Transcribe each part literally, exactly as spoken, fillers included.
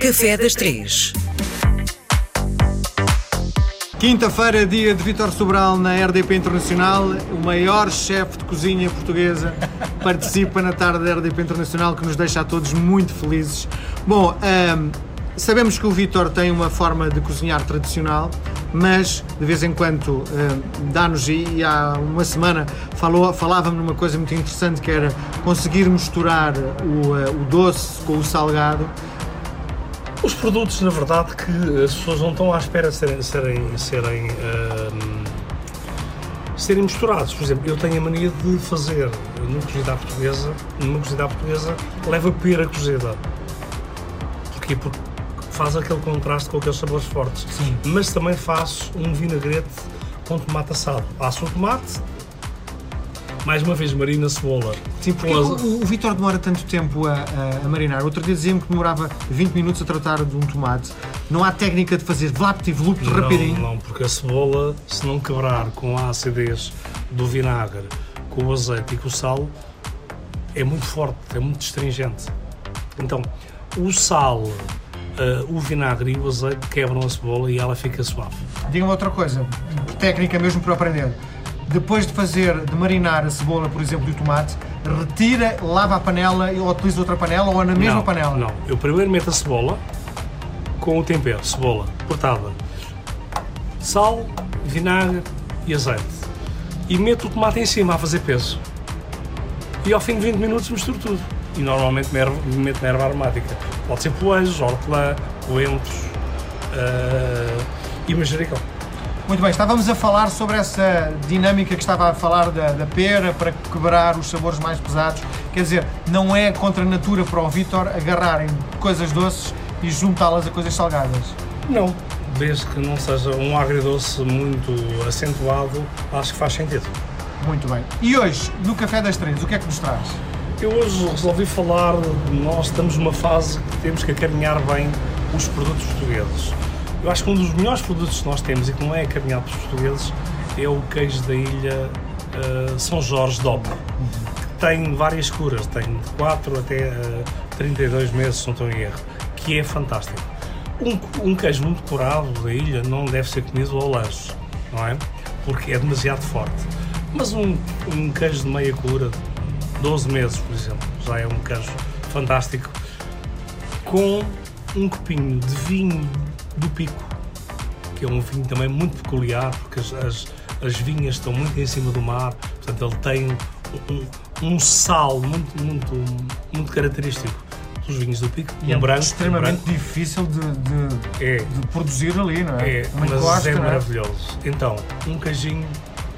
Café das Três. Quinta-feira, dia de Vítor Sobral na R D P Internacional. O maior chefe de cozinha portuguesa participa na tarde da R D P Internacional, que nos deixa a todos muito felizes. Bom, um, sabemos que o Vítor tem uma forma de cozinhar tradicional, mas de vez em quando um, dá-nos, e há uma semana falou, falava-me numa coisa muito interessante, que era conseguir misturar o, uh, o doce com o salgado. Os produtos, na verdade, que as pessoas não estão à espera de serem, serem, serem, uh, serem misturados. Por exemplo, eu tenho a mania de fazer numa cozida à portuguesa, numa cozida à portuguesa, leva pera cozida. Porquê? Porque faz aquele contraste com aqueles sabores fortes. Sim. Mas também faço um vinagrete com tomate assado. Asso o tomate, mais uma vez marina cebola. Sim, porque o, o, o Vítor demora tanto tempo a, a, a marinar. Outro dia dizia-me que demorava vinte minutos a tratar de um tomate. Não há técnica de fazer vlapt e vlupt rapidinho? Não, porque a cebola, se não quebrar com a acidez do vinagre, com o azeite e com o sal, é muito forte, é muito astringente. Então, o sal, uh, o vinagre e o azeite quebram a cebola e ela fica suave. Diga-me outra coisa, técnica mesmo para aprender. Depois de fazer, de marinar a cebola, por exemplo, e o tomate, retira, lava a panela ou utiliza outra panela ou na mesma não, panela? Não, eu primeiro meto a cebola com o tempero, cebola cortada, sal, vinagre e azeite. E meto o tomate em cima a fazer peso. E ao fim de vinte minutos misturo tudo. E normalmente meto na erva aromática. Pode ser poejos, hortelã, coentros uh, e manjericão. Muito bem, estávamos a falar sobre essa dinâmica que estava a falar da, da pera para quebrar os sabores mais pesados. Quer dizer, não é contra a natura para o Vítor agarrarem coisas doces e juntá-las a coisas salgadas? Não, desde que não seja um agridoce muito acentuado, acho que faz sentido. Muito bem. E hoje, no Café das Três, o que é que nos traz? Eu hoje resolvi falar, nós estamos numa fase que temos que acarinhar bem os produtos portugueses. Eu acho que um dos melhores produtos que nós temos e que não é acarinhado pelos portugueses é o queijo da ilha uh, São Jorge D O P, que tem várias curas, tem de quatro até uh, trinta e dois meses, se não estou em erro, que é fantástico. Um, um queijo muito curado da ilha não deve ser comido ao lanche, não é? Porque é demasiado forte. Mas um, um queijo de meia cura, doze meses, por exemplo, já é um queijo fantástico, com um copinho de vinho do Pico, que é um vinho também muito peculiar, porque as, as, as vinhas estão muito em cima do mar, portanto ele tem um, um sal muito, muito, muito característico dos vinhos do Pico. E um é branco, extremamente um branco. difícil de, de, é, de produzir ali, não é? É, mas costa, é maravilhoso. É? Então, um queijinho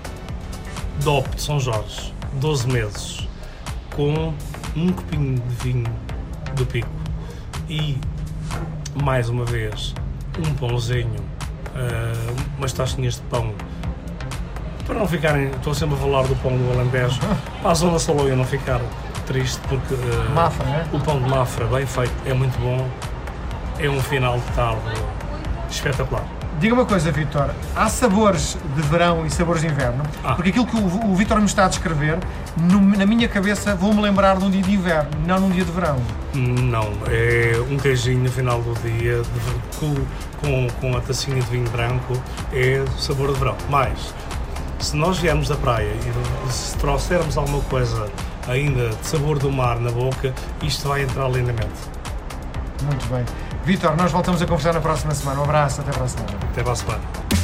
D O P de São Jorge, doze meses, com um copinho de vinho do Pico e, mais uma vez, um pãozinho, uh, umas taxinhas de pão, para não ficarem, estou sempre a falar do pão do Alentejo, para a zona Saloia não ficar triste, porque uh, Mafra, é? O pão de Mafra, bem feito, é muito bom, é um final de tarde espetacular. Diga uma coisa, Vítor, há sabores de verão e sabores de inverno? Ah. Porque aquilo que o, o Vítor me está a descrever, no, na minha cabeça, vou-me lembrar de um dia de inverno, não num dia de verão. Não, é um queijinho no final do dia, de, com, com, com a tacinha de vinho branco, é sabor de verão. Mas, se nós viermos da praia e se trouxermos alguma coisa ainda de sabor do mar na boca, isto vai entrar lindamente. Muito bem. Vítor, nós voltamos a conversar na próxima semana. Um abraço, até para a semana. Até para a semana.